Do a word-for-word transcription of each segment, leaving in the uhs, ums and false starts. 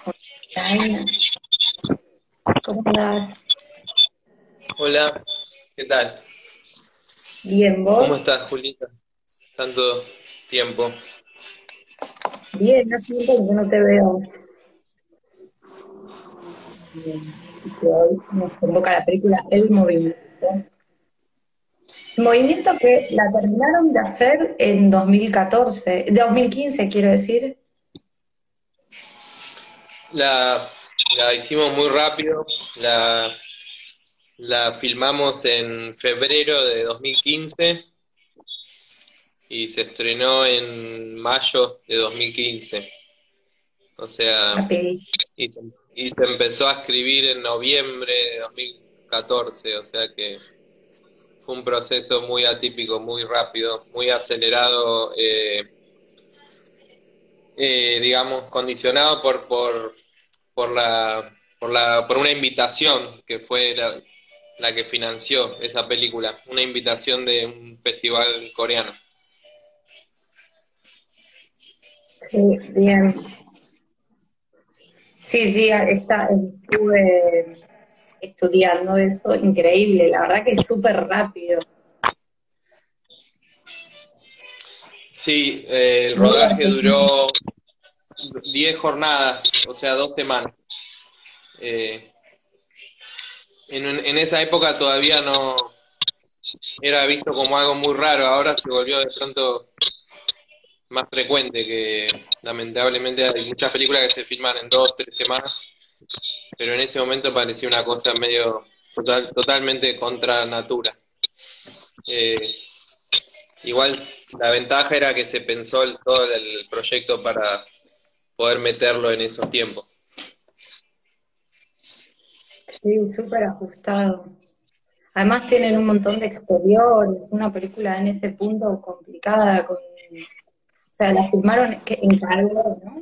Online. ¿Cómo andás? Hola, ¿qué tal? Bien, ¿Cómo ¿vos? estás, Julita? Tanto tiempo. Bien, hace tiempo que no te veo. Bien. Y que hoy nos convoca la película El Movimiento. El Movimiento que la terminaron de hacer en dos mil catorce, dos mil quince quiero decir. La, la hicimos muy rápido, la, la filmamos en febrero de dos mil quince y se estrenó en mayo de dos mil quince. O sea, Rapidísimo. y, se- y se empezó a escribir en noviembre de dos mil catorce, o sea que fue un proceso muy atípico, muy rápido, muy acelerado. Eh, eh, digamos, condicionado por, por, por, la, por, la, por una invitación que fue la, la que financió esa película, una invitación de un festival coreano. Sí, bien. Sí, sí, está, estuve estudiando eso, increíble, la verdad que es súper rápido. Sí, eh, el Muy rodaje argentino. duró diez jornadas, o sea, dos semanas. Eh, en, en esa época todavía no era visto como algo muy raro, ahora se volvió de pronto más frecuente, que lamentablemente hay muchas películas que se filman en dos, tres semanas, pero en ese momento parecía una cosa medio total, totalmente contra natura. Eh, igual la ventaja era que se pensó el, todo el proyecto para poder meterlo en esos tiempos. Sí, súper ajustado. Además tienen un montón de exteriores, una película en ese punto complicada, con, o sea, la filmaron que- en calor, ¿no?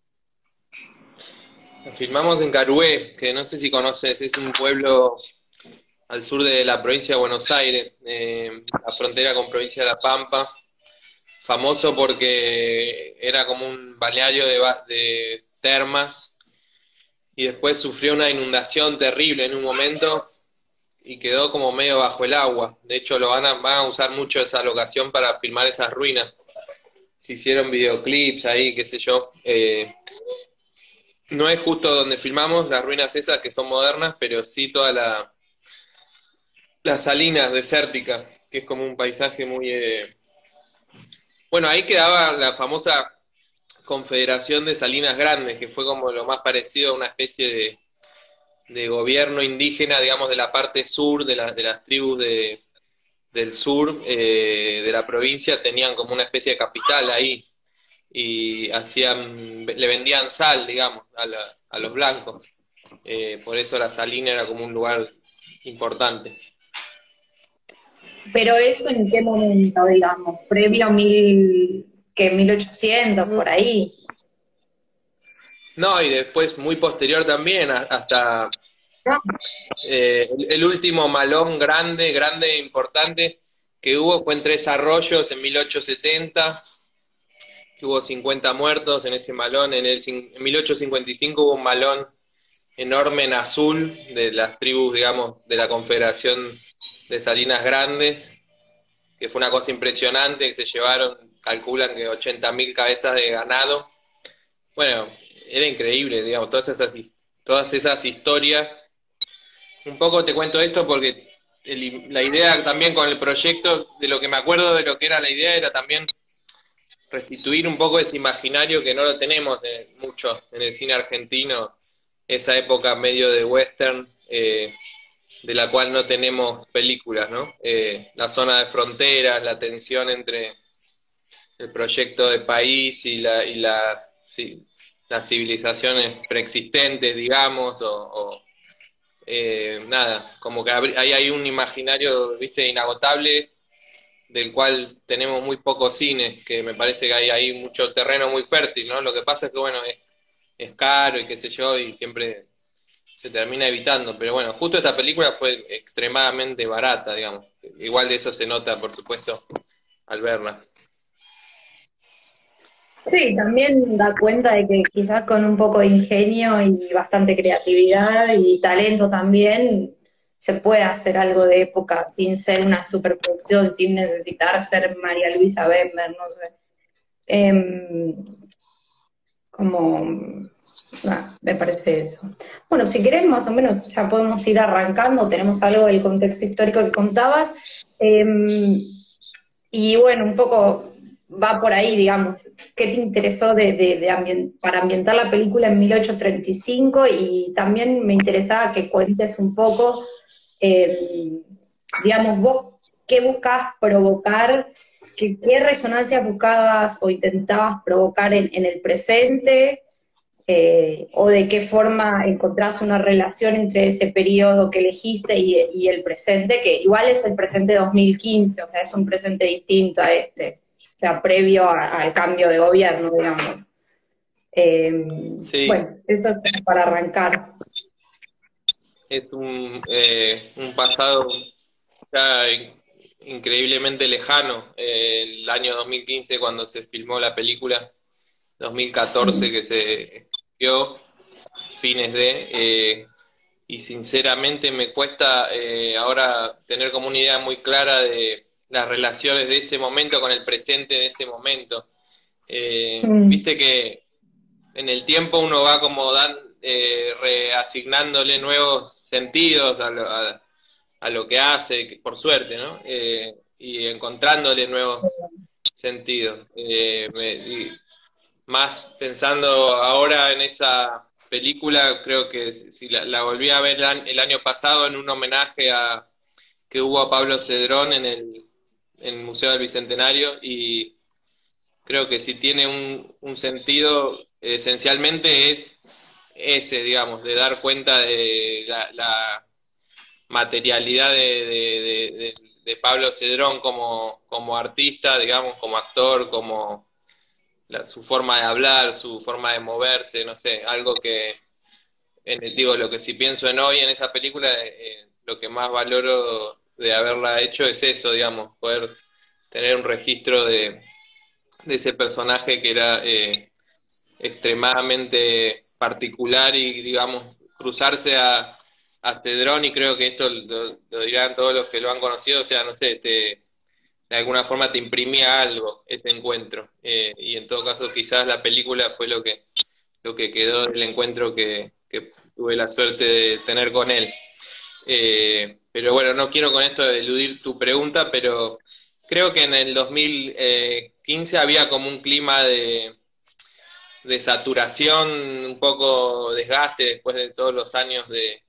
Filmamos en Carué, que no sé si conoces, es un pueblo al sur de la provincia de Buenos Aires, eh, la frontera con provincia de La Pampa, famoso porque era como un balneario de, de termas y después sufrió una inundación terrible en un momento y quedó como medio bajo el agua. De hecho, lo van a, van a usar mucho esa locación para filmar esas ruinas. Se hicieron videoclips ahí, qué sé yo. Eh, no es justo donde filmamos las ruinas esas que son modernas, pero sí toda la, las salinas desérticas, que es como un paisaje muy... Eh... Bueno, ahí quedaba la famosa Confederación de Salinas Grandes, que fue como lo más parecido a una especie de, de gobierno indígena, digamos, de la parte sur, de, la, de las tribus de, del sur eh, de la provincia, tenían como una especie de capital ahí y hacían, le vendían sal, digamos, a, la, a los blancos. Eh, por eso la salina era como un lugar importante. Pero eso en qué momento, digamos, previo a mil, que mil ochocientos por ahí. No, y después muy posterior también, a, hasta ¿No? eh, el, el, último malón grande, grande, importante que hubo fue en Tres Arroyos en mil ochocientos setenta, que hubo cincuenta muertos en ese malón. En, el, en mil ochocientos cincuenta y cinco hubo un malón enorme en azul de las tribus, digamos, de la Confederación de Salinas Grandes, que fue una cosa impresionante, que se llevaron, calculan que ochenta mil cabezas de ganado. Bueno, era increíble, digamos, todas esas, todas esas historias. Un poco te cuento esto porque el, la idea también con el proyecto, de lo que me acuerdo de lo que era la idea, era también restituir un poco ese imaginario que no lo tenemos eh, mucho en el cine argentino, esa época medio de western, eh, de la cual no tenemos películas, ¿no? Eh, la zona de fronteras, la tensión entre el proyecto de país y, la, y la, sí, las civilizaciones preexistentes, digamos, o, o eh, nada, como que ahí hay un imaginario, viste, inagotable, del cual tenemos muy pocos cines, que me parece que hay ahí mucho terreno muy fértil, ¿no? Lo que pasa es que, bueno, es, es caro y qué sé yo, y siempre se termina evitando, pero bueno, justo esta película fue extremadamente barata, digamos. Igual de eso se nota, por supuesto, al verla. Sí, también da cuenta de que quizás con un poco de ingenio y bastante creatividad y talento también se puede hacer algo de época sin ser una superproducción, sin necesitar ser María Luisa Bember, no sé. Em, como, nada, me parece eso. Bueno, si querés más o menos ya podemos ir arrancando, tenemos algo del contexto histórico que contabas. Em, y bueno, un poco va por ahí, digamos. ¿Qué te interesó de, de- de ambien- para ambientar la película en mil ochocientos treinta y cinco? Y también me interesaba que cuentes un poco, eh, digamos, vos, ¿qué buscabas provocar? ¿Qué, qué resonancias buscabas o intentabas provocar en, en el presente? Eh, ¿o de qué forma encontrás una relación entre ese periodo que elegiste y, y el presente, que igual es el presente dos mil quince, o sea, es un presente distinto a este, o sea, previo a- al cambio de gobierno, digamos. Eh, Sí, bueno, eso es para arrancar. es un, eh, un pasado ya in- increíblemente lejano, eh, el año dos mil quince cuando se filmó la película, dos mil catorce que se vio, fines de, eh, y sinceramente me cuesta eh, ahora tener como una idea muy clara de las relaciones de ese momento con el presente de ese momento. Eh, Mm, viste que en el tiempo uno va como dan, eh, reasignándole nuevos sentidos a lo, a, a lo que hace, que- por suerte, ¿no? Eh, y encontrándole nuevos sentidos. Eh, me- y más pensando ahora en esa película, creo que si la, la volví a ver el año pasado en un homenaje a que hubo a Pablo Cedrón en el, en el Museo del Bicentenario y creo que si tiene un, un sentido, esencialmente es ese, digamos, de dar cuenta de la, la materialidad de, de, de, de, de Pablo Cedrón como, como artista, digamos, como actor, como la, su forma de hablar, su forma de moverse, no sé, algo que, en el, digo, lo que si pienso en hoy en esa película, eh, lo que más valoro de haberla hecho es eso, digamos, poder tener un registro de, de ese personaje que era eh, extremadamente particular y, digamos, cruzarse a, a Cedrón, y creo que esto lo, lo dirán todos los que lo han conocido, o sea, no sé, te, de alguna forma te imprimía algo ese encuentro. Eh, y en todo caso, quizás la película fue lo que, lo que quedó del encuentro que, que tuve la suerte de tener con él. Eh, pero bueno, no quiero con esto eludir tu pregunta, pero creo que en el dos mil quince había como un clima de, de saturación, un poco desgaste después de todos los años de,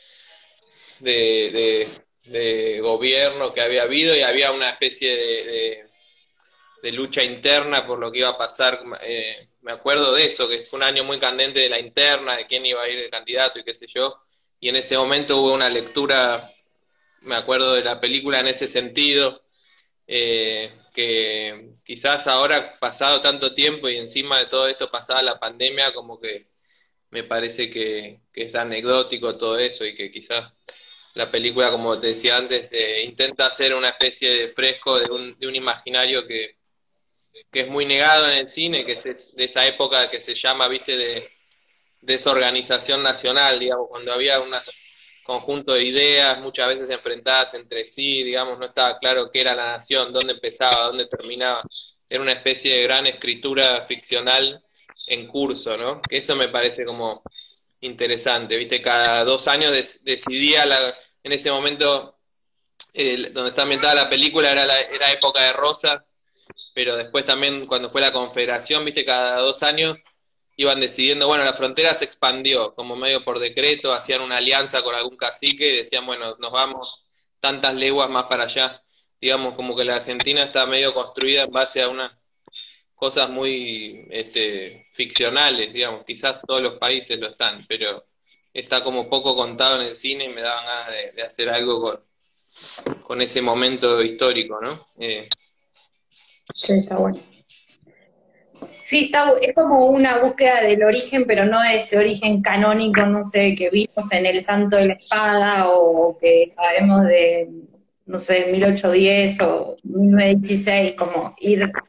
de, de, de gobierno que había habido y había una especie de, de, de lucha interna por lo que iba a pasar. Eh, me acuerdo de eso, que fue un año muy candente de la interna, de quién iba a ir de candidato y qué sé yo, y en ese momento hubo una lectura, me acuerdo de la película en ese sentido, eh, que quizás ahora, pasado tanto tiempo y encima de todo esto pasada la pandemia, como que me parece que, que es anecdótico todo eso y que quizás la película, como te decía antes, eh, intenta hacer una especie de fresco de un, de un imaginario que, que es muy negado en el cine, que es de esa época que se llama, viste, de desorganización nacional, digamos, cuando había un conjunto de ideas muchas veces enfrentadas entre sí, digamos, no estaba claro qué era la nación, dónde empezaba, dónde terminaba. Era una especie de gran escritura ficcional en curso, ¿no? Que eso me parece como interesante, ¿viste? Cada dos años des decidía la, en ese momento eh, donde está ambientada la película era la era época de Rosa, pero después también cuando fue la Confederación, viste, cada dos años iban decidiendo, bueno, la frontera se expandió, como medio por decreto, hacían una alianza con algún cacique y decían, bueno, nos vamos tantas leguas más para allá. Digamos, como que la Argentina está medio construida en base a unas cosas muy este, ficcionales, digamos, quizás todos los países lo están, pero está como poco contado en el cine y me daban ganas de, de hacer algo con, con ese momento histórico, ¿no? Eh, sí, está bueno. Sí, está, es como una búsqueda del origen, pero no de ese origen canónico, no sé, que vimos en El Santo de la Espada o que sabemos de, no sé, mil ochocientos diez o mil novecientos dieciséis, como ir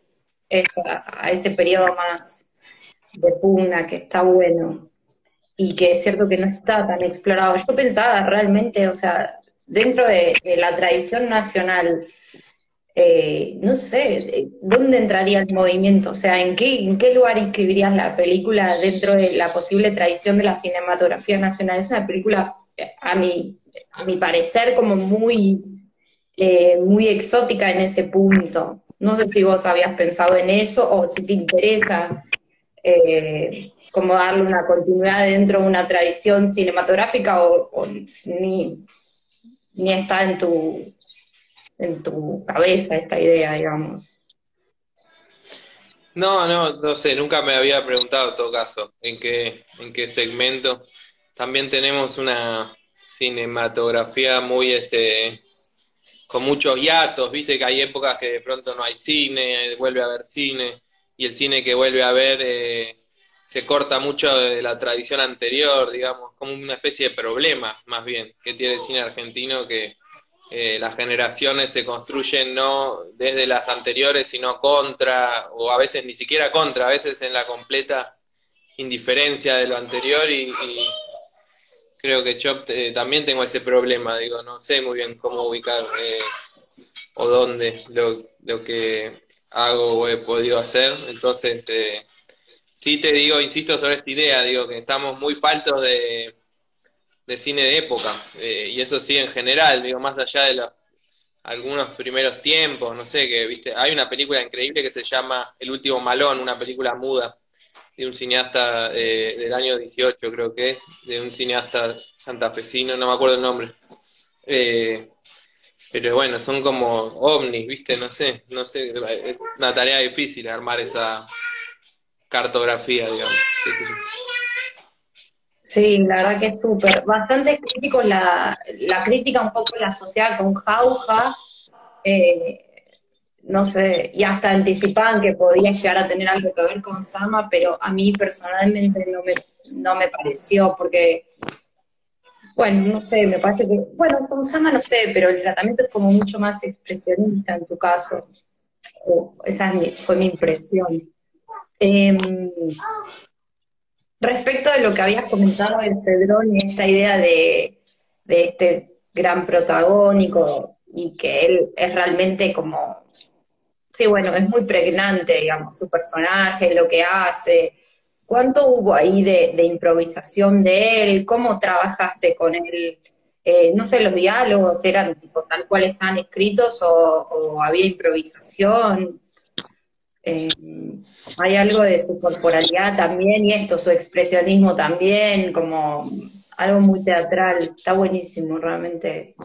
eso, a, a ese periodo más de pugna que está bueno y que es cierto que no está tan explorado. Yo pensaba realmente, o sea, dentro de, de la tradición nacional, eh, no sé, eh, ¿dónde entraría el movimiento? O sea, ¿en qué, en qué lugar inscribirías la película dentro de la posible tradición de la cinematografía nacional? Es una película, eh, a mi, a mi parecer, como muy, eh, muy exótica en ese punto. No sé si vos habías pensado en eso o si te interesa eh, como darle una continuidad dentro de una tradición cinematográfica o, o ni, ni está en tu, en tu cabeza esta idea, digamos. No, no, no sé, nunca me había preguntado en todo caso en qué, en qué segmento. También tenemos una cinematografía muy, este, con muchos hiatos, viste que hay épocas que de pronto no hay cine, vuelve a haber cine, y el cine que vuelve a ver eh, se corta mucho de la tradición anterior, digamos, como una especie de problema, más bien, que tiene el cine argentino, que eh, las generaciones se construyen no desde las anteriores, sino contra, o a veces ni siquiera contra, a veces en la completa indiferencia de lo anterior, y, y creo que yo eh, también tengo ese problema, digo, no sé muy bien cómo ubicar eh, o dónde lo, lo que hago o he podido hacer, entonces eh, sí te digo, insisto sobre esta idea, digo que estamos muy faltos de, de cine de época, eh, y eso sí en general, digo, más allá de los algunos primeros tiempos, no sé, que viste, hay una película increíble que se llama El último malón, una película muda de un cineasta eh, del año dieciocho, creo que es, de un cineasta santafesino, no me acuerdo el nombre. Eh, pero bueno, son como ovnis, viste, no sé, no sé, es una tarea difícil armar esa cartografía, digamos. qué sé yo. Sí, la verdad que es súper. Bastante crítico la, la crítica un poco la sociedad con Jauja, eh, no sé, y hasta anticipaban que podía llegar a tener algo que ver con Sama, pero a mí personalmente no me, no me pareció, porque, bueno, no sé, me parece que, bueno, con Sama no sé, pero el tratamiento es como mucho más expresionista en tu caso. O esa es mi- fue mi impresión. Em, Respecto de lo que habías comentado del Cedrón y esta idea de, de este gran protagónico y que él es realmente como, sí, bueno, es muy pregnante, digamos, su personaje, lo que hace. ¿Cuánto hubo ahí de, de improvisación de él? ¿Cómo trabajaste con él? Eh, no sé, los diálogos eran tipo tal cual están escritos o, o había improvisación. Eh, Hay algo de su corporalidad también y esto, su expresionismo también, como algo muy teatral. Está buenísimo, realmente.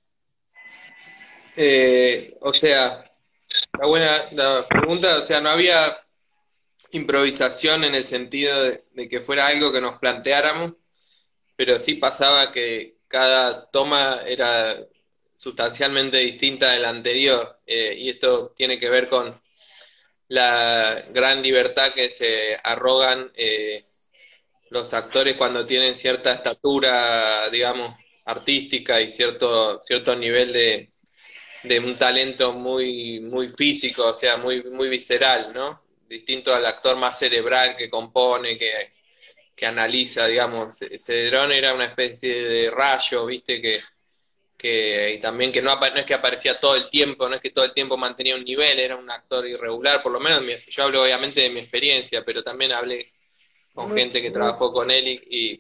Eh, o sea, la buena la pregunta, o sea, no había improvisación en el sentido de, de que fuera algo que nos planteáramos, pero sí pasaba que cada toma era sustancialmente distinta de la anterior, eh, y esto tiene que ver con la gran libertad que se arrogan eh, los actores cuando tienen cierta estatura, digamos, artística y cierto, cierto nivel de, de un talento muy, muy físico, o sea, muy, muy visceral, ¿no? Distinto al actor más cerebral que compone, que, que analiza, digamos. Cedrón era una especie de rayo, ¿viste? Que, que y también que no, apa- no es que aparecía todo el tiempo, no es que todo el tiempo mantenía un nivel, era un actor irregular, por lo menos mi- yo hablo obviamente de mi experiencia, pero también hablé con gente que trabajó con él y,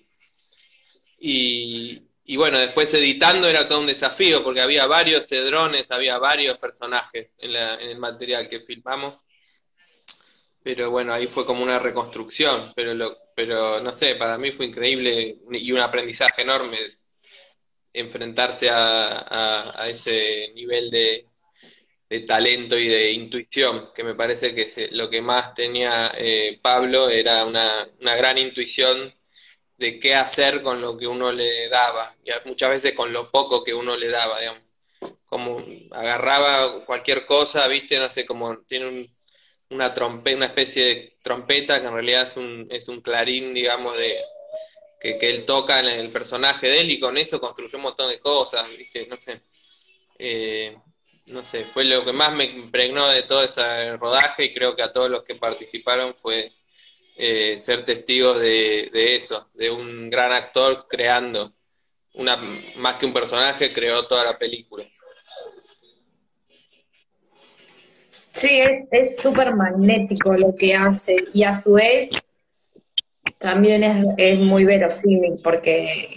y, y bueno, después editando era todo un desafío porque había varios cedrones, había varios personajes en, la, en el material que filmamos, pero bueno, ahí fue como una reconstrucción, pero, lo, pero no sé, para mí fue increíble y un aprendizaje enorme enfrentarse a, a, a ese nivel de, de, talento y de intuición, que me parece que se, lo que más tenía eh, Pablo era una, una gran intuición de qué hacer con lo que uno le daba, y muchas veces con lo poco que uno le daba, digamos. Como agarraba cualquier cosa, viste, no sé, como tiene un, una trompe, una especie de trompeta que en realidad es un, es un clarín, digamos, de que, que él toca en el personaje de él y con eso construyó un montón de cosas, viste, no sé. Eh, no sé, fue lo que más me impregnó de todo ese rodaje y creo que a todos los que participaron fue eh, ser testigos de, de eso, de un gran actor creando, una más que un personaje, creó toda la película. Sí, es es súper magnético lo que hace y a su vez también es, es muy verosímil porque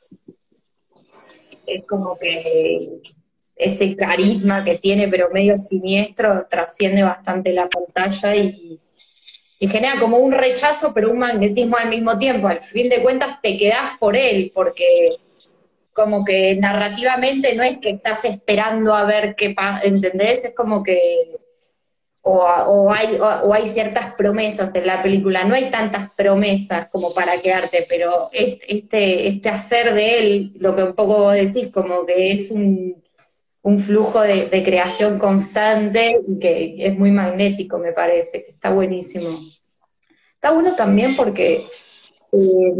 es como que ese carisma que tiene, pero medio siniestro, trasciende bastante la pantalla y, y genera como un rechazo, pero un magnetismo al mismo tiempo. Al fin de cuentas te quedás por él, porque como que narrativamente no es que estás esperando a ver qué pasa, ¿entendés? Es como que o, o hay, o, o hay ciertas promesas en la película, no hay tantas promesas como para quedarte, pero este, este, este hacer de él, lo que un poco vos decís, como que es un, un flujo de, de creación constante y que es muy magnético, me parece, que está buenísimo. Está bueno también porque, eh,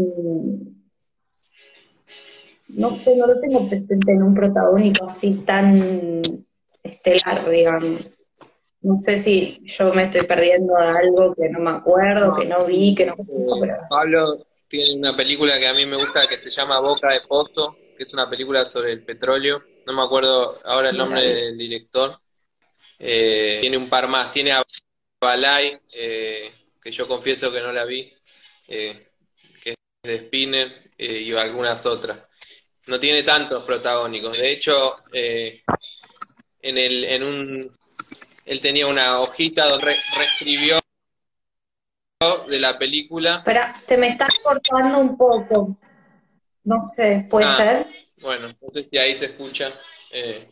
no sé, no lo tengo presente en un protagónico así tan estelar, digamos. No sé si yo me estoy perdiendo de algo que no me acuerdo, que No, no vi, que no conozco, eh, pero... Pablo tiene una película que a mí me gusta que se llama Boca de Pozo, que es una película sobre el petróleo. No me acuerdo ahora el No la nombre vi. del director. Eh, tiene un par más. Tiene a Balay, eh, que yo confieso que no la vi, eh, que es de Spinner, eh, y algunas otras. No tiene tantos protagónicos. De hecho, eh, en el, en un, él tenía una hojita donde re- reescribió de la película. Espera, te me estás cortando un poco. No sé, ¿puede Ah, ser? bueno, no sé si ahí se escucha. Eh,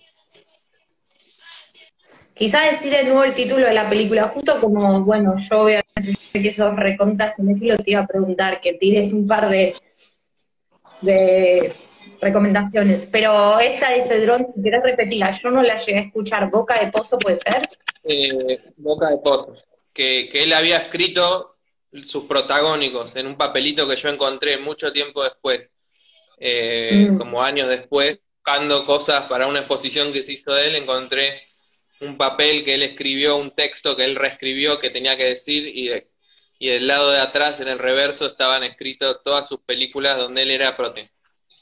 Quizá decir de nuevo el título de la película, justo como, bueno, yo obviamente sé que sos recontra cinéfilo, te iba a preguntar que tires un par de, de recomendaciones, pero esta de Cedrón, si querés repetirla, yo no la llegué a escuchar, Boca de Pozo, ¿puede ser? eh, Boca de Pozo, que, que él había escrito sus protagónicos en un papelito que yo encontré mucho tiempo después, eh, Mm. como años después, buscando cosas para una exposición que se hizo de él, encontré un papel que él escribió, un texto que él reescribió que tenía que decir y, y del lado de atrás, en el reverso, estaban escritas todas sus películas donde él era prote.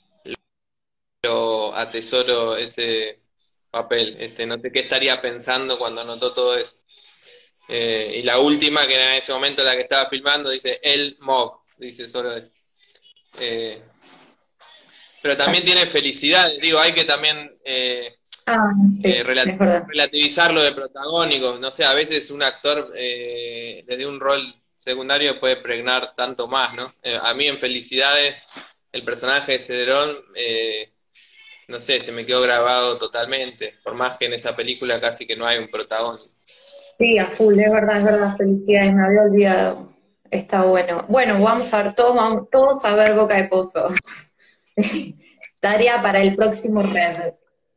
Yo atesoro ese papel, este, no sé qué estaría pensando cuando anotó todo eso. Eh, y la última, que era en ese momento la que estaba filmando, dice El Mob, dice solo eso. Eh, pero también tiene felicidad, digo, hay que también eh, Ah, eh, sí, rela- es verdad. relativizar lo de protagónico. No sé, a veces un actor eh, desde un rol secundario puede pregnar tanto más, ¿no? Eh, a mí en Felicidades, el personaje de Cedrón, eh, no sé, se me quedó grabado totalmente, por más que en esa película casi que no hay un protagonista. Sí, a full, es verdad, es verdad, felicidades, me había olvidado. Está bueno. Bueno, vamos a ver, todos, vamos, todos a ver Boca de Pozo. Tarea para el próximo Red.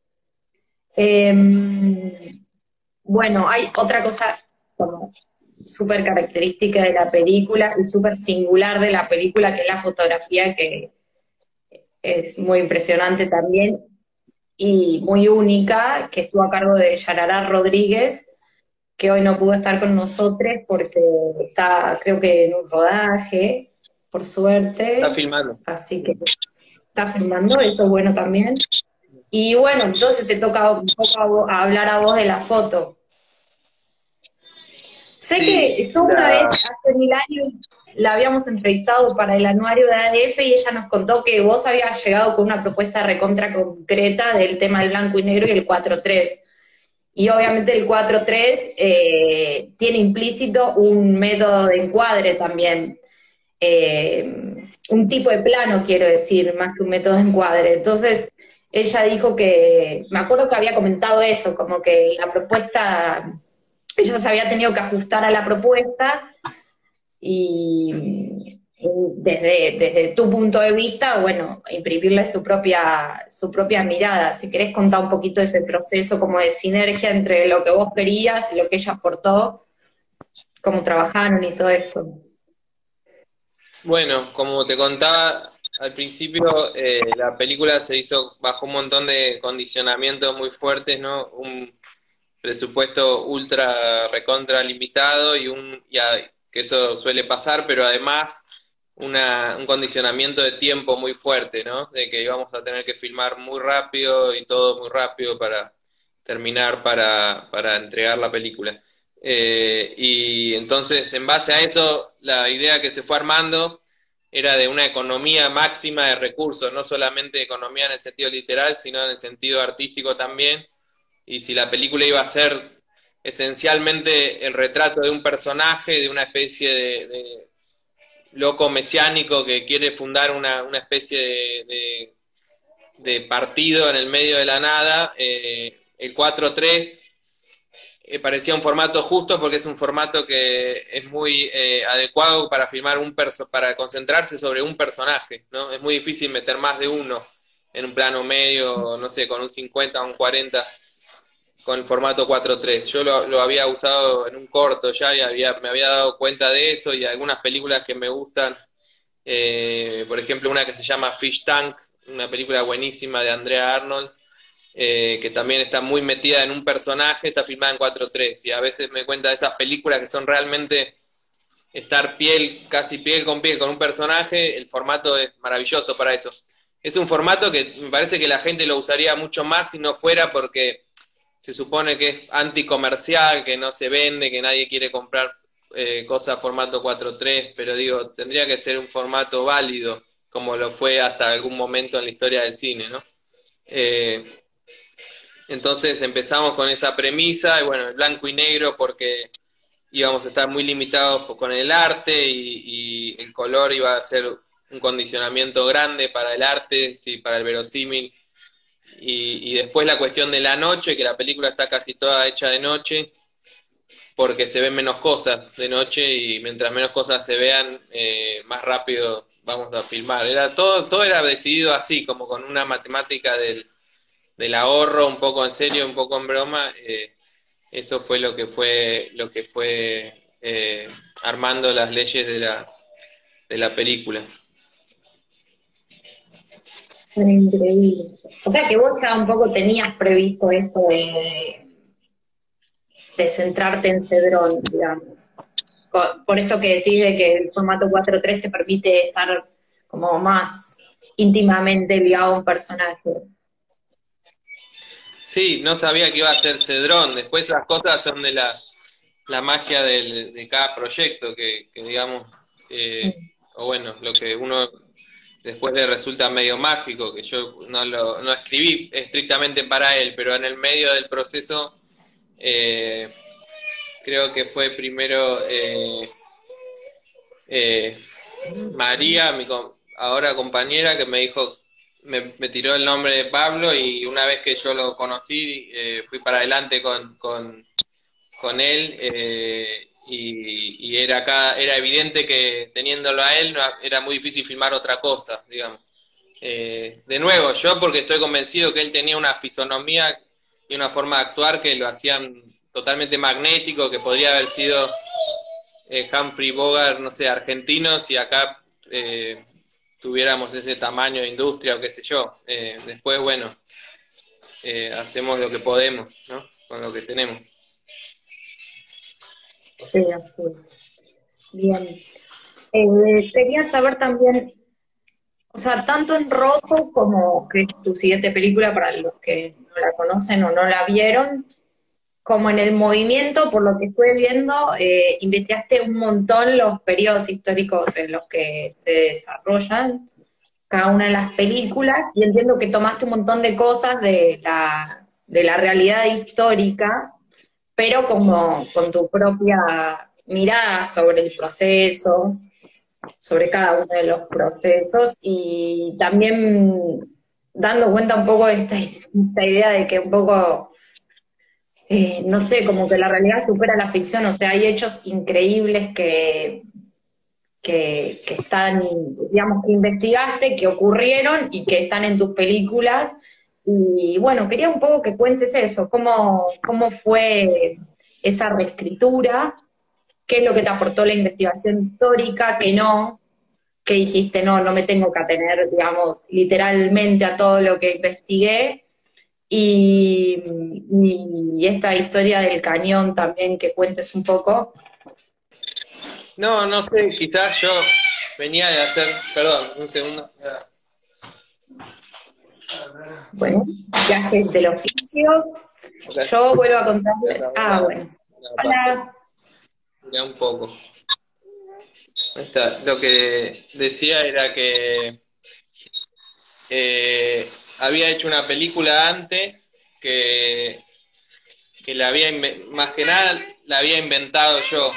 Eh, bueno, hay otra cosa como súper característica de la película y súper singular de la película, que es la fotografía, que es muy impresionante también y muy única, que estuvo a cargo de Yarará Rodríguez, que hoy no pudo estar con nosotros porque está, creo que en un rodaje, por Está suerte, filmando. así que está filmando, eso es bueno también. Y bueno, entonces te toca un poco a, vos- a hablar a vos de la foto. Sé Sí, que yo una vez, la, hace mil años, la habíamos entrevistado para el anuario de A D F y ella nos contó que vos habías llegado con una propuesta recontra concreta del tema del blanco y negro y el cuatro tres. Y obviamente el cuatro tres eh, tiene implícito un método de encuadre también. Eh, un tipo de plano, quiero decir, más que un método de encuadre. Entonces, ella dijo que, me acuerdo que había comentado eso, como que la propuesta, ella se había tenido que ajustar a la propuesta y, y desde, desde tu punto de vista, bueno, imprimirle su propia, su propia mirada. Si querés contar un poquito de ese proceso como de sinergia entre lo que vos querías y lo que ella aportó, cómo trabajaron y todo esto. bueno, como te contaba, al principio eh, la película se hizo bajo un montón de condicionamientos muy fuertes, ¿no? Un presupuesto ultra recontra limitado y un y a- que eso suele pasar, pero además una, un condicionamiento de tiempo muy fuerte, ¿no? De que íbamos a tener que filmar muy rápido y todo muy rápido para terminar, para, para entregar la película. Eh, y entonces, en base a esto, la idea que se fue armando era de una economía máxima de recursos, no solamente economía en el sentido literal, sino en el sentido artístico también. Y si la película iba a ser esencialmente el retrato de un personaje, de una especie de, de loco mesiánico que quiere fundar una, una especie de, de, de partido en el medio de la nada, eh, el cuatro tres eh, parecía un formato justo porque es un formato que es muy eh, adecuado para filmar un perso para concentrarse sobre un personaje, ¿no? Es muy difícil meter más de uno en un plano medio, no sé, con un cincuenta o un cuarenta con el formato cuatro tres. Yo lo, lo había usado en un corto ya y había, me había dado cuenta de eso y algunas películas que me gustan, eh, por ejemplo una que se llama Fish Tank, una película buenísima de Andrea Arnold, eh, que también está muy metida en un personaje, está filmada en cuatro tres y a veces me cuenta de esas películas que son realmente estar piel, casi piel con piel con un personaje, el formato es maravilloso para eso. Es un formato que me parece que la gente lo usaría mucho más si no fuera porque se supone que es anticomercial, que no se vende, que nadie quiere comprar eh, cosas formato cuatro tres, pero digo, tendría que ser un formato válido, como lo fue hasta algún momento en la historia del cine, ¿no? Eh, entonces empezamos con esa premisa, y bueno, el blanco y negro porque íbamos a estar muy limitados con el arte y, y el color iba a ser un condicionamiento grande para el arte, sí, para el verosímil. Y, y después la cuestión de la noche, que la película está casi toda hecha de noche, porque se ven menos cosas de noche y mientras menos cosas se vean, eh, más rápido vamos a filmar. Era todo, todo era decidido así, como con una matemática del, del ahorro, un poco en serio, un poco en broma. Eh, eso fue lo que fue, lo que fue eh, armando las leyes de la, de la película. Increíble. O sea que vos ya un poco tenías previsto esto de, de centrarte en Cedrón, digamos. Co- Por esto que decís de que el formato cuatro tres te permite estar como más íntimamente ligado a un personaje. Sí, no sabía que iba a ser Cedrón. Después esas cosas son de la, la magia del, de cada proyecto, que, que digamos, eh, o bueno, lo que uno después le resulta medio mágico, que yo no lo no escribí estrictamente para él, pero en el medio del proceso eh, creo que fue primero eh, eh, María, mi com- ahora compañera, que me dijo, me, me tiró el nombre de Pablo y una vez que yo lo conocí, eh, fui para adelante con, con, con él eh, y, y era acá, era evidente que teniéndolo a él no, era muy difícil filmar otra cosa, digamos. Eh, de nuevo, yo porque estoy convencido que él tenía una fisonomía y una forma de actuar que lo hacían totalmente magnético, que podría haber sido eh, Humphrey Bogart, no sé, argentino, si acá eh, tuviéramos ese tamaño de industria o qué sé yo. Eh, después, bueno, eh, hacemos lo que podemos, ¿no? Con lo que tenemos. Sí, así. Bien. Eh, quería saber también, o sea, tanto en Rojo como que es tu siguiente película para los que no la conocen o no la vieron, como en El Movimiento, por lo que estuve viendo, eh, investigaste un montón los periodos históricos en los que se desarrollan cada una de las películas, y entiendo que tomaste un montón de cosas de la, de la realidad histórica, pero como con tu propia mirada sobre el proceso, sobre cada uno de los procesos, y también dando cuenta un poco de esta, esta idea de que un poco eh, no sé, como que la realidad supera la ficción, o sea, hay hechos increíbles que, que, que están, digamos, que investigaste, que ocurrieron y que están en tus películas. Y bueno, quería un poco que cuentes eso, cómo, cómo fue esa reescritura, qué es lo que te aportó la investigación histórica, qué no. que dijiste, no, no me tengo que atener, digamos, literalmente a todo lo que investigué. Y, y esta historia del cañón también, que cuentes un poco. No, no sé, quizás yo venía de hacer, perdón, un segundo. Bueno, viajes del oficio. Yo vuelvo a contarles. Ah, bueno. Hola. Mira un poco. Está, lo que decía era que eh, había hecho una película antes que, que la había, más que nada, la había inventado yo.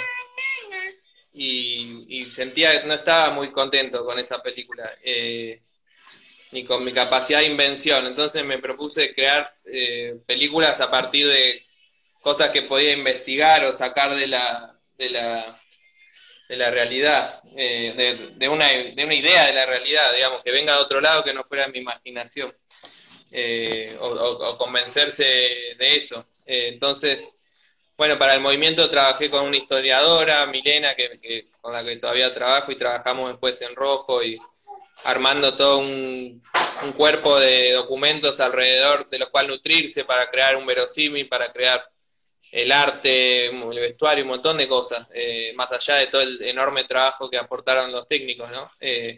Y, y sentía que no estaba muy contento con esa película, eh, ni con mi capacidad de invención. Entonces me propuse crear eh, películas a partir de cosas que podía investigar o sacar de la, de la, de la realidad, eh, de, de, una, de una idea de la realidad, digamos, que venga de otro lado que no fuera mi imaginación, eh, o, o, o convencerse de eso. Eh, entonces... Bueno, para el movimiento trabajé con una historiadora, Milena, que, que, con la que todavía trabajo, y trabajamos después en Rojo y armando todo un, un cuerpo de documentos alrededor de los cuales nutrirse para crear un verosímil, para crear el arte, el vestuario, un montón de cosas, eh, más allá de todo el enorme trabajo que aportaron los técnicos, ¿no? Eh,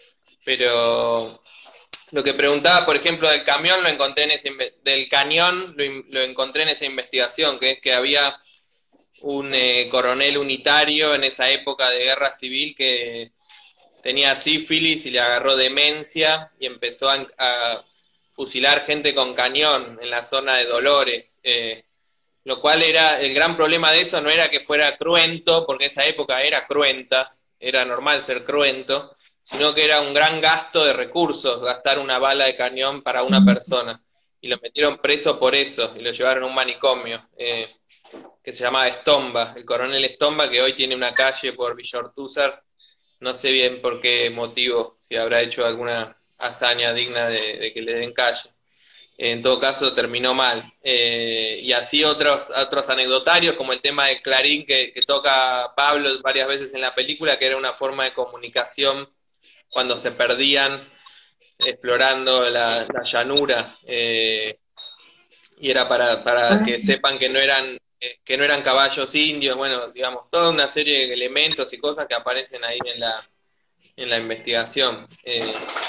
pero lo que preguntaba, por ejemplo, del camión, lo encontré en ese, del cañón, lo, lo encontré en esa investigación, que es que había un eh, coronel unitario en esa época de guerra civil que tenía sífilis y le agarró demencia y empezó a, a fusilar gente con cañón en la zona de Dolores, eh, lo cual era, el gran problema de eso no era que fuera cruento, porque esa época era cruenta, era normal ser cruento, sino que era un gran gasto de recursos, gastar una bala de cañón para una persona. Y lo metieron preso por eso, y lo llevaron a un manicomio, eh, que se llamaba Estomba, el coronel Estomba, que hoy tiene una calle por Villa Ortúzar, no sé bien por qué motivo, si habrá hecho alguna hazaña digna de, de que le den calle. En todo caso terminó mal. Eh, y así otros, otros anecdotarios, como el tema de Clarín, que, que toca Pablo varias veces en la película, que era una forma de comunicación cuando se perdían explorando la, la llanura, eh, y era para, para que sepan que no eran eh, que no eran caballos indios, bueno, digamos, toda una serie de elementos y cosas que aparecen ahí en la, en la investigación. Eh,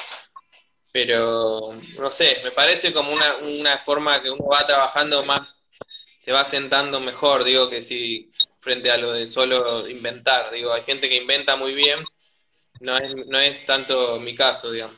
pero, no sé, me parece como una, una forma que uno va trabajando más, se va sentando mejor, digo, que si frente a lo de solo inventar, digo, hay gente que inventa muy bien. No es, no es tanto mi caso, digamos.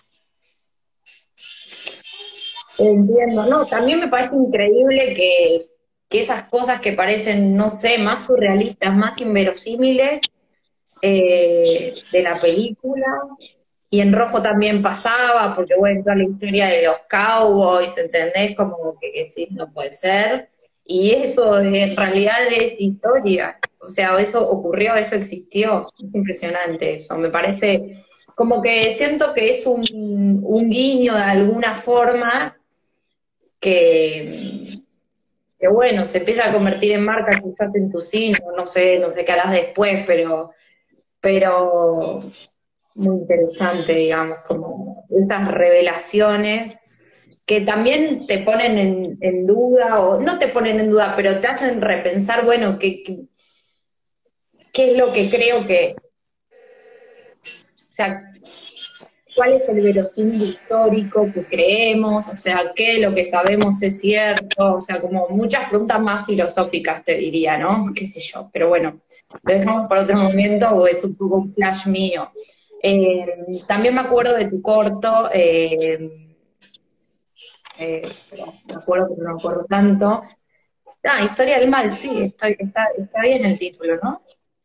Entiendo, no, también me parece increíble que, que esas cosas que parecen, no sé, más surrealistas, más inverosímiles, eh, de la película, y en Rojo también pasaba, porque bueno, toda la historia de los cowboys, ¿entendés? Como que, que sí, no puede ser, y eso en realidad es historia, o sea, eso ocurrió, eso existió, es impresionante eso, me parece, como que siento que es un, un guiño de alguna forma, que, que bueno, se empieza a convertir en marca quizás en tu cine, no sé, no sé qué harás después, pero, pero muy interesante, digamos, como esas revelaciones que también te ponen en, en duda, o no te ponen en duda, pero te hacen repensar, bueno, qué, qué, qué es lo que creo que, o sea, cuál es el verosímil histórico que creemos, o sea, qué de lo que sabemos es cierto, o sea, como muchas preguntas más filosóficas te diría, ¿no? Qué sé yo, pero bueno, lo dejamos para otro momento o es un poco un flash mío. Eh, también me acuerdo de tu corto, eh, eh, pero me acuerdo, pero no me acuerdo tanto. Ah, Historia del Mal, sí, está, está, está bien el título, ¿no?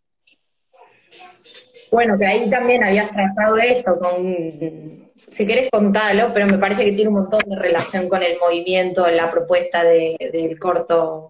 Bueno, que ahí también habías trazado esto con, si querés contalo, pero me parece que tiene un montón de relación con el movimiento, la propuesta de, del corto.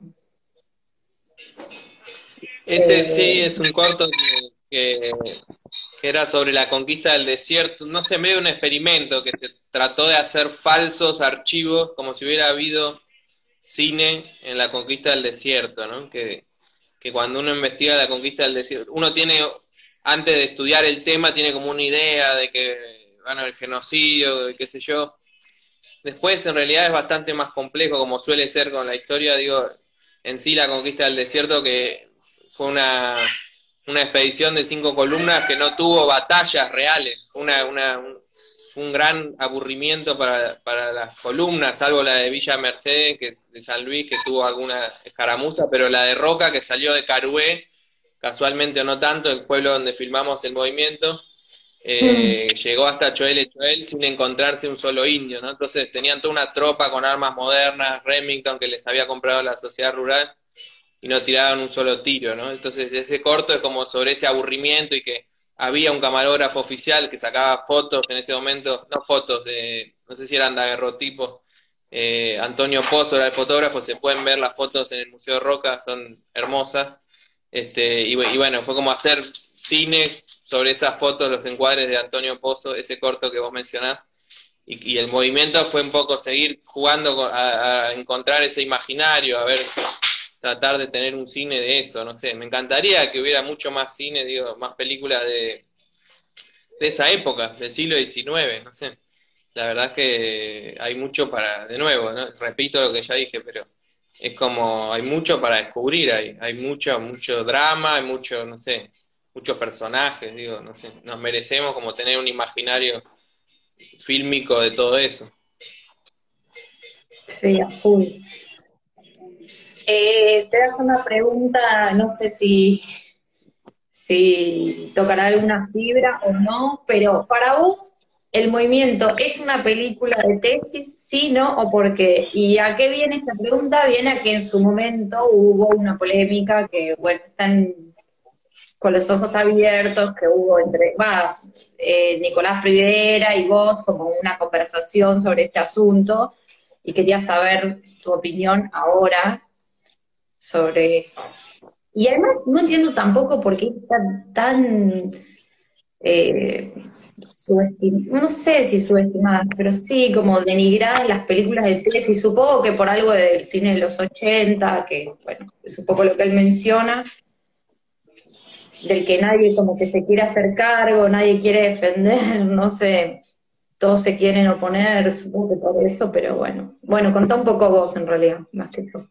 Ese Eh, sí es un corto que, que, que era sobre la conquista del desierto, no sé, medio un experimento que se trató de hacer falsos archivos, como si hubiera habido cine en la conquista del desierto, ¿no? Que, que cuando uno investiga la conquista del desierto, uno tiene antes de estudiar el tema tiene como una idea de que, bueno, el genocidio, de qué sé yo. Después en realidad es bastante más complejo, como suele ser con la historia, digo, en sí la conquista del desierto, que fue una, una expedición de cinco columnas que no tuvo batallas reales, una, una, un, un gran aburrimiento para, para las columnas, salvo la de Villa Mercedes, que, de San Luis, que tuvo alguna escaramuza, pero la de Roca, que salió de Carué, casualmente o no tanto, el pueblo donde filmamos el movimiento, eh, mm. llegó hasta Choel y Choel sin encontrarse un solo indio, ¿no? Entonces tenían toda una tropa con armas modernas, Remington, que les había comprado la sociedad rural, y no tiraban un solo tiro, ¿no? Entonces ese corto es como sobre ese aburrimiento, y que había un camarógrafo oficial que sacaba fotos en ese momento, no fotos de, no sé si eran daguerrotipos, eh, Antonio Pozo era el fotógrafo, se pueden ver las fotos en el Museo Roca, son hermosas, este, y, y bueno, fue como hacer cine sobre esas fotos, los encuadres de Antonio Pozo, ese corto que vos mencionás, y, y el movimiento fue un poco seguir jugando a, a encontrar ese imaginario, a ver, tratar de tener un cine de eso, no sé, me encantaría que hubiera mucho más cine, digo, más películas de, de esa época, del siglo diecinueve, no sé, la verdad es que hay mucho para, de nuevo, ¿no? Repito lo que ya dije, pero es como, hay mucho para descubrir, hay, hay mucho, mucho drama, hay mucho, no sé, muchos personajes, digo, no sé, nos merecemos como tener un imaginario fílmico de todo eso. Sí, a full. Eh, te hago una pregunta, no sé si, si tocará alguna fibra o no, pero para vos, ¿el movimiento es una película de tesis, sí, no, o por qué? ¿Y a qué viene esta pregunta? Viene a que en su momento hubo una polémica que, bueno, están con los ojos abiertos, que hubo entre, va, eh, Nicolás Rivera y vos, como una conversación sobre este asunto, y quería saber tu opinión ahora sobre eso. Y además no entiendo tampoco por qué está tan eh, subestimada, no sé si subestimada, pero sí como denigrada en las películas de tesis, supongo que por algo del cine de los ochenta, que bueno, es un poco lo que él menciona, del que nadie como que se quiere hacer cargo, nadie quiere defender, no sé, todos se quieren oponer, supongo que por eso, pero bueno. Bueno, contá un poco vos en realidad, más que eso.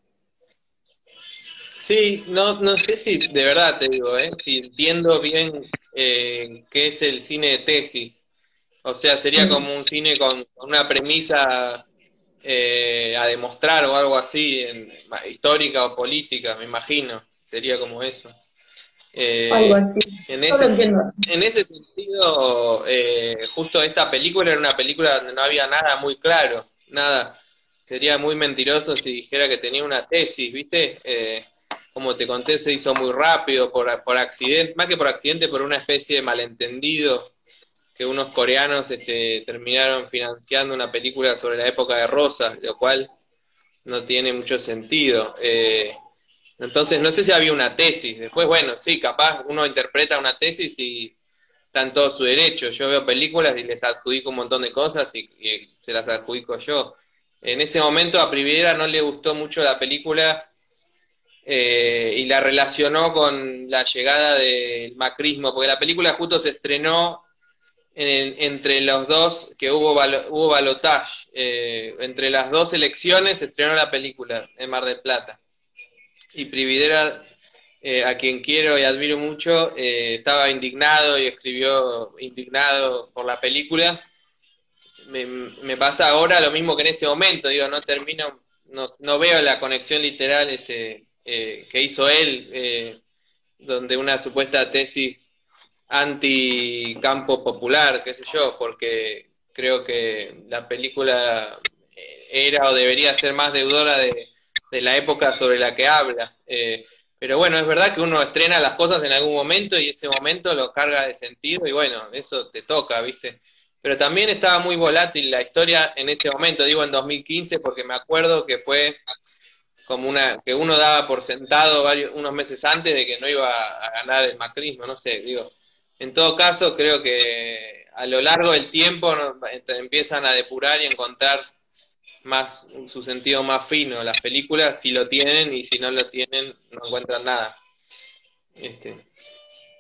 Sí, no, no sé si, de verdad te digo, ¿eh? Si entiendo bien eh, qué es el cine de tesis. O sea, sería como un cine con una premisa eh, a demostrar o algo así, en, histórica o política, me imagino. Sería como eso. Eh, algo así. En ese, en ese sentido, eh, justo esta película era una película donde no había nada muy claro, nada. Sería muy mentiroso si dijera que tenía una tesis, ¿viste? Eh, como te conté, se hizo muy rápido, por, por accidente, más que por accidente, por una especie de malentendido, que unos coreanos este, terminaron financiando una película sobre la época de Rosas, lo cual no tiene mucho sentido. Eh, entonces, no sé si había una tesis. Después, bueno, sí, capaz uno interpreta una tesis y está en todo su derecho. Yo veo películas y les adjudico un montón de cosas y, y se las adjudico yo. En ese momento a Priviera no le gustó mucho la película eh, y la relacionó con la llegada del macrismo, porque la película justo se estrenó en, entre los dos, que hubo, balo, hubo balotage, eh, entre las dos elecciones se estrenó la película en Mar del Plata. Y Prividera, eh, a quien quiero y admiro mucho, eh, estaba indignado y escribió indignado por la película. Me, me pasa ahora lo mismo que en ese momento, digo, no termino, no, no veo la conexión literal este, eh, que hizo él, eh, donde una supuesta tesis anti-campo popular, qué sé yo, porque creo que la película era o debería ser más deudora de, de la época sobre la que habla. Eh, pero bueno, es verdad que uno estrena las cosas en algún momento y ese momento lo carga de sentido y bueno, eso te toca, ¿viste? Pero también estaba muy volátil la historia en ese momento, digo en dos mil quince, porque me acuerdo que fue como una, que uno daba por sentado varios, unos meses antes de que no iba a ganar el macrismo, no sé, digo. En todo caso, creo que a lo largo del tiempo ¿no? empiezan a depurar y encontrar más su sentido más fino. Las películas si lo tienen y si no lo tienen no encuentran nada. Este.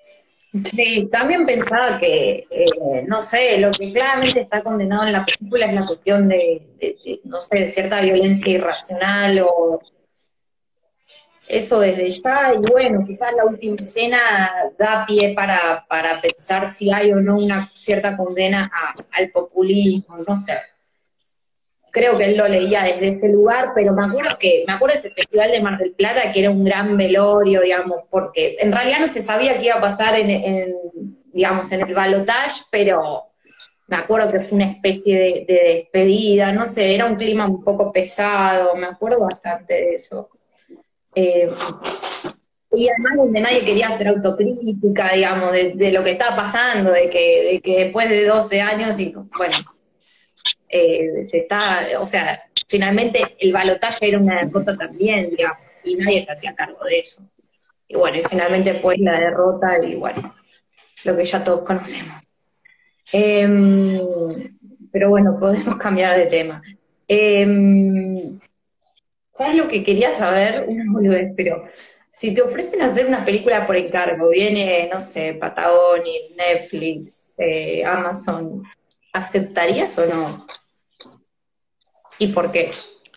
Sí, también pensaba que, eh, no sé, lo que claramente está condenado en la película es la cuestión de, de- de, no sé, de cierta violencia irracional o eso desde ya, y bueno, quizás la última escena da pie para, para pensar si hay o no una cierta condena a- al populismo, no sé. Creo que él lo leía desde ese lugar, pero me acuerdo que, me acuerdo de ese festival de Mar del Plata, que era un gran velorio, digamos, porque en realidad no se sabía qué iba a pasar en, en, digamos, en el balotage, pero me acuerdo que fue una especie de, de despedida, no sé, era un clima un poco pesado, me acuerdo bastante de eso. Eh, y además donde nadie quería hacer autocrítica, digamos, de, de lo que estaba pasando, de que, de que después de doce años, y bueno, eh, se está, o sea, finalmente el balotaje era una derrota también, digamos, y nadie se hacía cargo de eso. Y bueno, y finalmente pues la derrota y bueno, lo que ya todos conocemos. Eh, pero bueno, podemos cambiar de tema. Eh, ¿Sabes lo que quería saber? Una boludez, pero si te ofrecen hacer una película por encargo, viene, no sé, Patagonia, Netflix, eh, Amazon, ¿aceptarías o no? ¿Y por qué?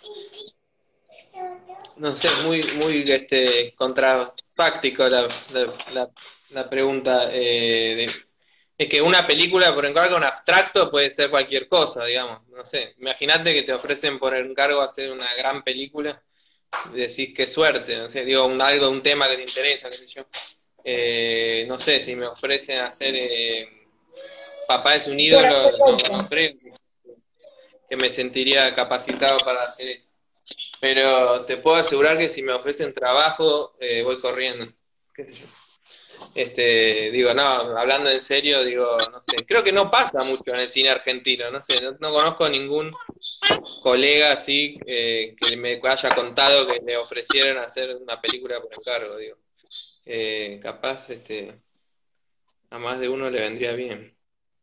No sé, muy, muy este, contrafáctico la, la, la, la pregunta. Eh, de- es que una película por encargo, un abstracto, puede ser cualquier cosa, digamos. No sé, imagínate que te ofrecen por encargo hacer una gran película, decís qué suerte, no sé, digo, un, algo, un tema que te interesa, qué sé yo. Eh, no sé, si me ofrecen hacer eh, Papá es un Por ídolo, hacer no, otra. no creo que me sentiría capacitado para hacer eso. Pero te puedo asegurar que si me ofrecen trabajo, eh, voy corriendo. ¿Qué sé yo? Este, digo, no, hablando en serio, digo, no sé, creo que no pasa mucho en el cine argentino, no sé, no, no conozco ningún colega así eh, que me haya contado que le ofrecieron hacer una película por encargo, digo. Eh, capaz, este, a más de uno le vendría bien.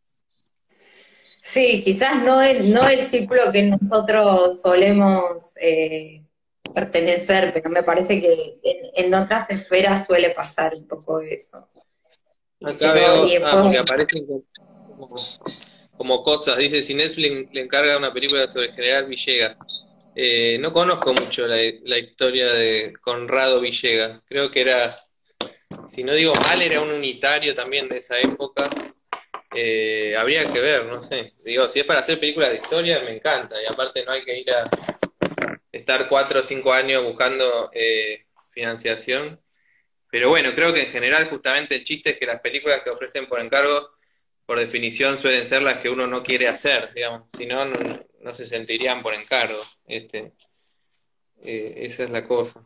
Sí, quizás no el, no el círculo que nosotros solemos eh, pertenecer, pero me parece que en, en otras esferas suele pasar un poco eso. Y, Acá se lo, y veo, ah, después, porque bueno, aparecen como, como cosas, dice, si Netflix le encarga una película sobre el General Villegas. Eh, no conozco mucho la, la historia de Conrado Villegas. Creo que era, si no digo mal, era un unitario también de esa época. Eh, habría que ver, no sé. Digo, si es para hacer películas de historia, me encanta. Y aparte no hay que ir a estar cuatro o cinco años buscando eh, financiación. Pero bueno, creo que en general justamente el chiste es que las películas que ofrecen por encargo, por definición, suelen ser las que uno no quiere hacer, digamos. Si no, no, no se sentirían por encargo. Este, eh, esa es la cosa.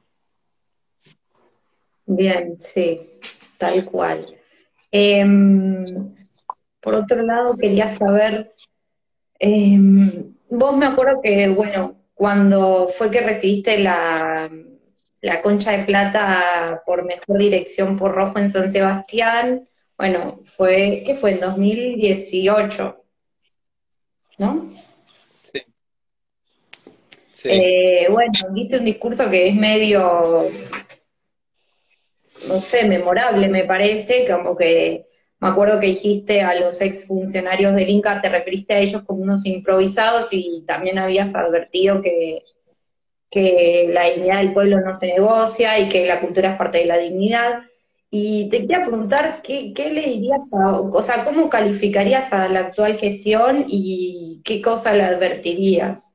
bien, sí, tal cual. Em, por otro lado, quería saber, em, vos me acuerdo que, bueno, cuando fue que recibiste la, la Concha de Plata por mejor dirección por Rojo en San Sebastián, bueno, fue, ¿qué fue? En dos mil dieciocho, ¿no? Sí, sí. Eh, bueno, diste un discurso que es medio, no sé, memorable, me parece, como que me acuerdo que dijiste a los exfuncionarios del Inca, te referiste a ellos como unos improvisados y también habías advertido que, que la dignidad del pueblo no se negocia y que la cultura es parte de la dignidad. Y te quería preguntar, ¿qué, qué le dirías a, o sea, cómo calificarías a la actual gestión y qué cosa le advertirías?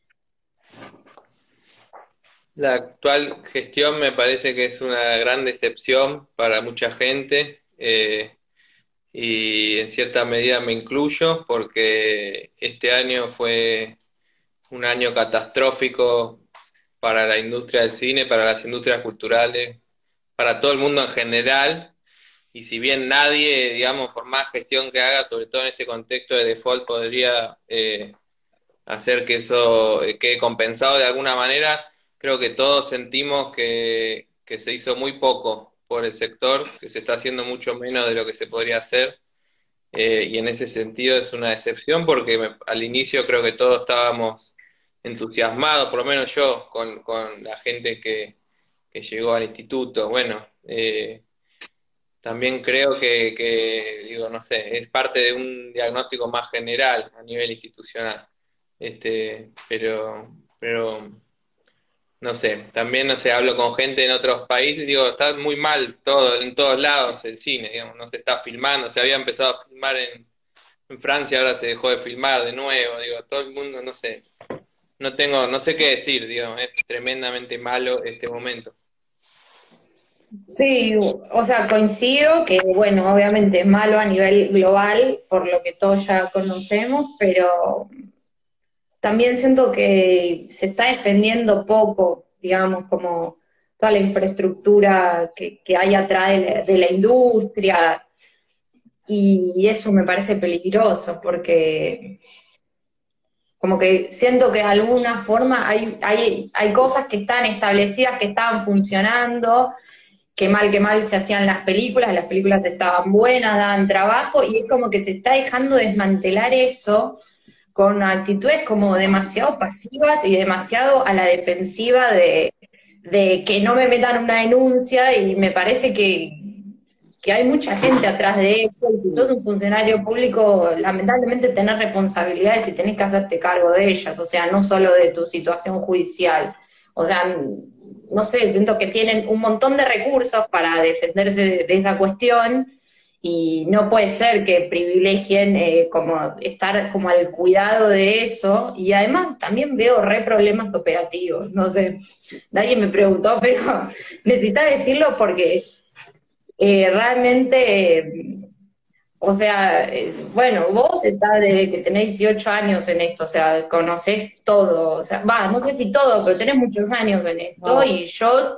La actual gestión me parece que es una gran decepción para mucha gente eh, y en cierta medida me incluyo porque este año fue un año catastrófico para la industria del cine, para las industrias culturales, para todo el mundo en general. Y si bien nadie, digamos, por más gestión que haga, sobre todo en este contexto de default, podría eh, hacer que eso eh, quede compensado de alguna manera, creo que todos sentimos que, que se hizo muy poco por el sector, que se está haciendo mucho menos de lo que se podría hacer. Eh, y en ese sentido es una decepción porque me- al inicio creo que todos estábamos entusiasmados, por lo menos yo, con, con la gente que, que llegó al instituto. Bueno, eh, también creo que, que, digo, no sé, es parte de un diagnóstico más general a nivel institucional. Este, pero, pero no sé, también, no sé, hablo con gente en otros países, digo, está muy mal todo, en todos lados el cine, digamos, no se está filmando, se había empezado a filmar en, en Francia, ahora se dejó de filmar de nuevo, digo, todo el mundo, no sé, no tengo, no sé qué decir, digamos, es tremendamente malo este momento. Sí, o sea, coincido que, bueno, obviamente es malo a nivel global, por lo que todos ya conocemos, pero también siento que se está defendiendo poco, digamos, como toda la infraestructura que, que hay atrás de la, de la industria, y eso me parece peligroso, porque como que siento que de alguna forma hay, hay, hay cosas que están establecidas, que estaban funcionando, que mal que mal se hacían las películas, las películas estaban buenas, daban trabajo, y es como que se está dejando desmantelar eso con actitudes como demasiado pasivas y demasiado a la defensiva de, de que no me metan una denuncia, y me parece que, que hay mucha gente atrás de eso, y si sos un funcionario público, lamentablemente tenés responsabilidades y tenés que hacerte cargo de ellas, o sea, no solo de tu situación judicial. O sea, no sé, siento que tienen un montón de recursos para defenderse de, de esa cuestión, y no puede ser que privilegien eh, como estar como al cuidado de eso, y además también veo re problemas operativos, no sé, nadie me preguntó, pero necesitaba decirlo porque eh, realmente, eh, o sea, eh, bueno, vos estás desde que tenés dieciocho años en esto, o sea, conocés todo, o sea, va, no sé si todo, pero tenés muchos años en esto, No, y yo,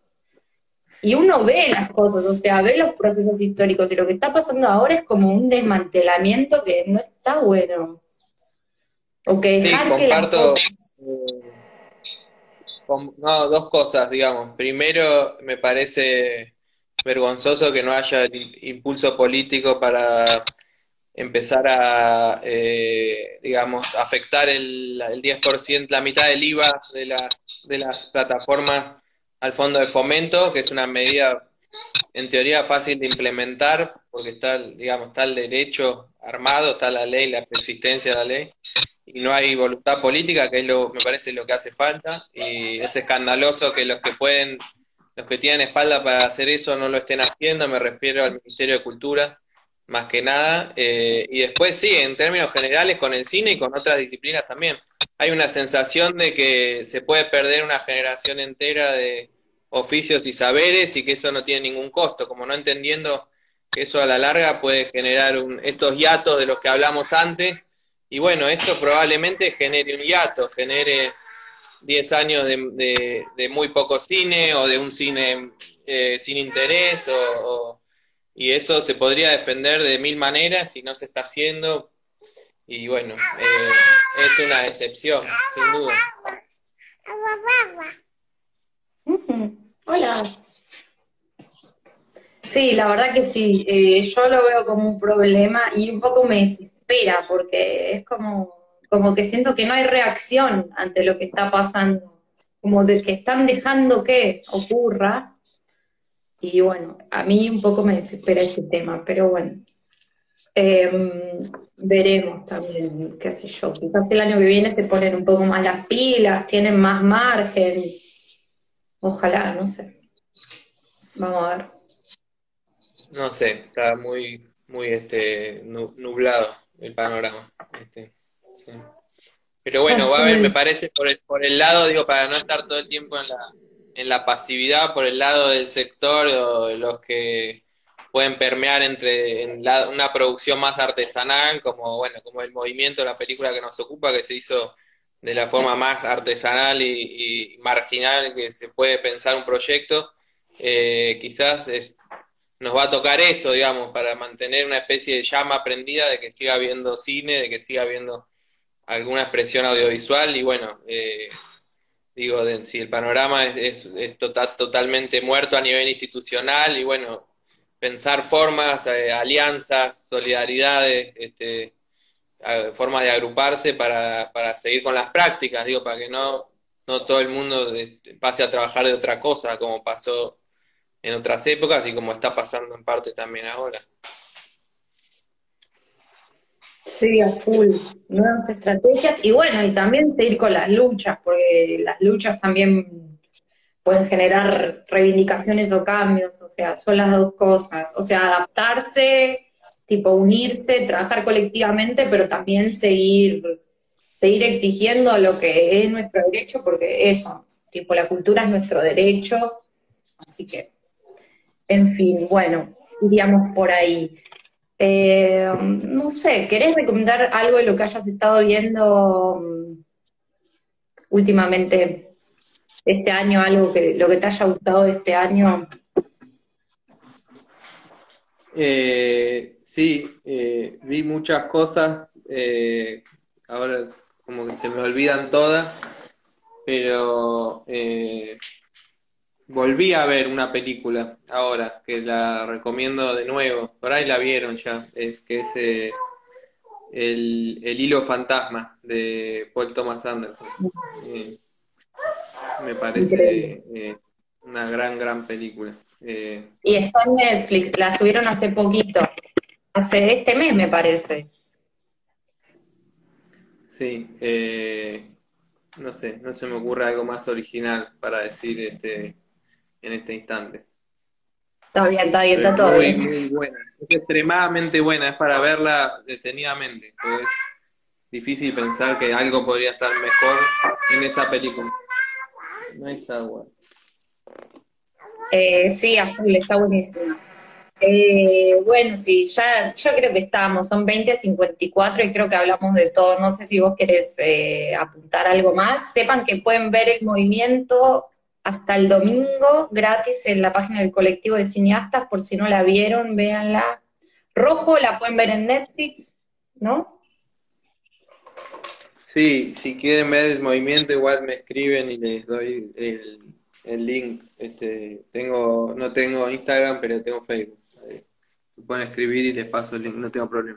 y uno ve las cosas, o sea, ve los procesos históricos, y lo que está pasando ahora es como un desmantelamiento que no está bueno, o que sí, dejar que las comparto, cosas... eh, com- no, dos cosas, digamos. Primero, me parece vergonzoso que no haya el impulso político para empezar a, eh, digamos, afectar el, el diez por ciento, la mitad del IVA de las, de las plataformas al fondo de fomento, que es una medida en teoría fácil de implementar, porque está, digamos, está el derecho armado, está la ley, la existencia de la ley, y no hay voluntad política, que es lo, me parece lo que hace falta, y es escandaloso que los que pueden, los que tienen espalda para hacer eso no lo estén haciendo, me refiero al Ministerio de Cultura, más que nada, eh, y después sí, en términos generales con el cine y con otras disciplinas también. Hay una sensación de que se puede perder una generación entera de oficios y saberes y que eso no tiene ningún costo, como no entendiendo que eso a la larga puede generar un, estos hiatos de los que hablamos antes, y bueno, esto probablemente genere un hiato, genere diez años de, de, de muy poco cine o de un cine eh, sin interés, o, o, y eso se podría defender de mil maneras y no se está haciendo, y bueno, eh, es una excepción, sin duda. Ujú. Hola. Sí, la verdad que sí, eh, yo lo veo como un problema y un poco me desespera porque es como, como que siento que no hay reacción ante lo que está pasando, como de que están dejando que ocurra, y bueno, a mí un poco me desespera ese tema, pero bueno, eh, veremos también, qué sé yo, quizás el año que viene se ponen un poco más las pilas, tienen más margen, ojalá, no sé, vamos a ver. No sé, está muy, muy este, nu- nublado el panorama. Este, sí. Pero A bueno, va a haber, me full. parece, por el, por el lado, digo, para no estar todo el tiempo en la, en la pasividad, por el lado del sector o de los que pueden permear entre en la- una producción más artesanal, como bueno, como el movimiento, la película que nos ocupa, que se hizo de la forma más artesanal y, y marginal que se puede pensar un proyecto, eh, quizás es, nos va a tocar eso, digamos, para mantener una especie de llama prendida de que siga habiendo cine, de que siga habiendo alguna expresión audiovisual y bueno, eh, digo, de, si el panorama es, es, es total, totalmente muerto a nivel institucional y bueno, pensar formas, eh, alianzas, solidaridades, este, a, formas de agruparse para, para seguir con las prácticas, digo, para que no, no todo el mundo este, pase a trabajar de otra cosa, como pasó en otras épocas y como está pasando en parte también ahora. Sí, a full, nuevas estrategias y bueno, y también seguir con las luchas, porque las luchas también pueden generar reivindicaciones o cambios, o sea, son las dos cosas, o sea, adaptarse, tipo unirse, trabajar colectivamente, pero también seguir, seguir exigiendo lo que es nuestro derecho, porque eso, tipo, la cultura es nuestro derecho, así que, en fin, bueno, iríamos por ahí. Eh, no sé, ¿querés recomendar algo de lo que hayas estado viendo mm, últimamente este año, algo que lo que te haya gustado de este año? Eh, sí, eh, vi muchas cosas, eh, ahora como que se me olvidan todas, pero eh, volví a ver una película ahora, que la recomiendo de nuevo, por ahí la vieron ya, es que es eh, el, el hilo fantasma de Paul Thomas Anderson. Eh, me Increíble. parece eh, una gran, gran película. Eh, Y está en Netflix, la subieron hace poquito, hace este mes me parece. sí, eh, no sé, no se me ocurre algo más original para decir este, en este instante. Está bien, está bien, Pero es está todo muy, bien. muy buena, es extremadamente buena, es para verla detenidamente, pues es difícil pensar que algo podría estar mejor en esa película. Nice agua. Eh, sí, a full, está buenísima. Eh, bueno, sí, ya, yo creo que estamos, son veinte cincuenta y cuatro y creo que hablamos de todo. No sé si vos querés eh, apuntar algo más. Sepan que pueden ver el movimiento hasta el domingo gratis en la página del colectivo de cineastas, por si no la vieron, véanla. Rojo la pueden ver en Netflix, ¿no? Sí, si quieren ver el movimiento, igual me escriben y les doy el, el link. Este, tengo, no tengo Instagram, pero tengo Facebook. Eh, me pueden escribir y les paso el link, no tengo problema.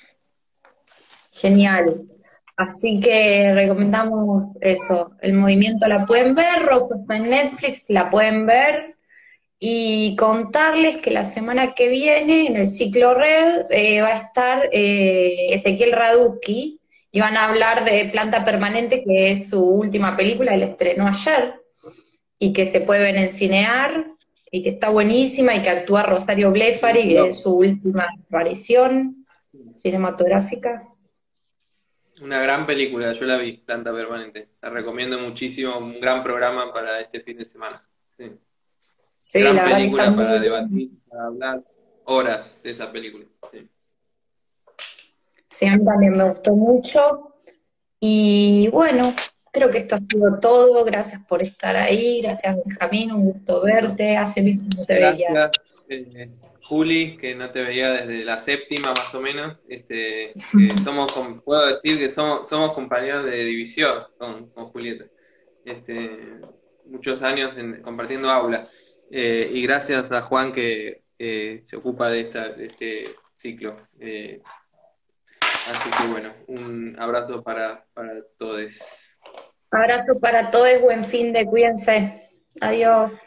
Genial. Así que recomendamos eso. El movimiento la pueden ver, Rojo está en Netflix, la pueden ver. Y contarles que la semana que viene en el ciclo Red eh, va a estar eh, Ezequiel Raduki y van a hablar de Planta Permanente, que es su última película, él estrenó ayer y que se puede ver en Cinear y que está buenísima y que actúa Rosario Blefari, que es su última aparición cinematográfica. Una gran película, yo la vi, Planta Permanente. La recomiendo muchísimo, un gran programa para este fin de semana. Sí. Sí, Gran la verdad que está película muy para bien. debatir, para hablar horas de esa película. Sí. Sí, a mí también me gustó mucho. Y bueno, creo que esto ha sido todo. Gracias por estar ahí. Gracias, Benjamín. Un gusto Bueno, verte. Hace mucho que no te veía. gracias, eh, Juli, que no te veía desde la séptima más o menos. Este, que somos, com- puedo decir que somos, somos compañeros de división con, con Julieta. Este, muchos años en- compartiendo aula. Eh, y gracias a Juan que eh, se ocupa de, esta, de este ciclo. Eh, así que bueno, un abrazo para, para todos. Abrazo para todos. Buen fin de. Cuídense. Adiós.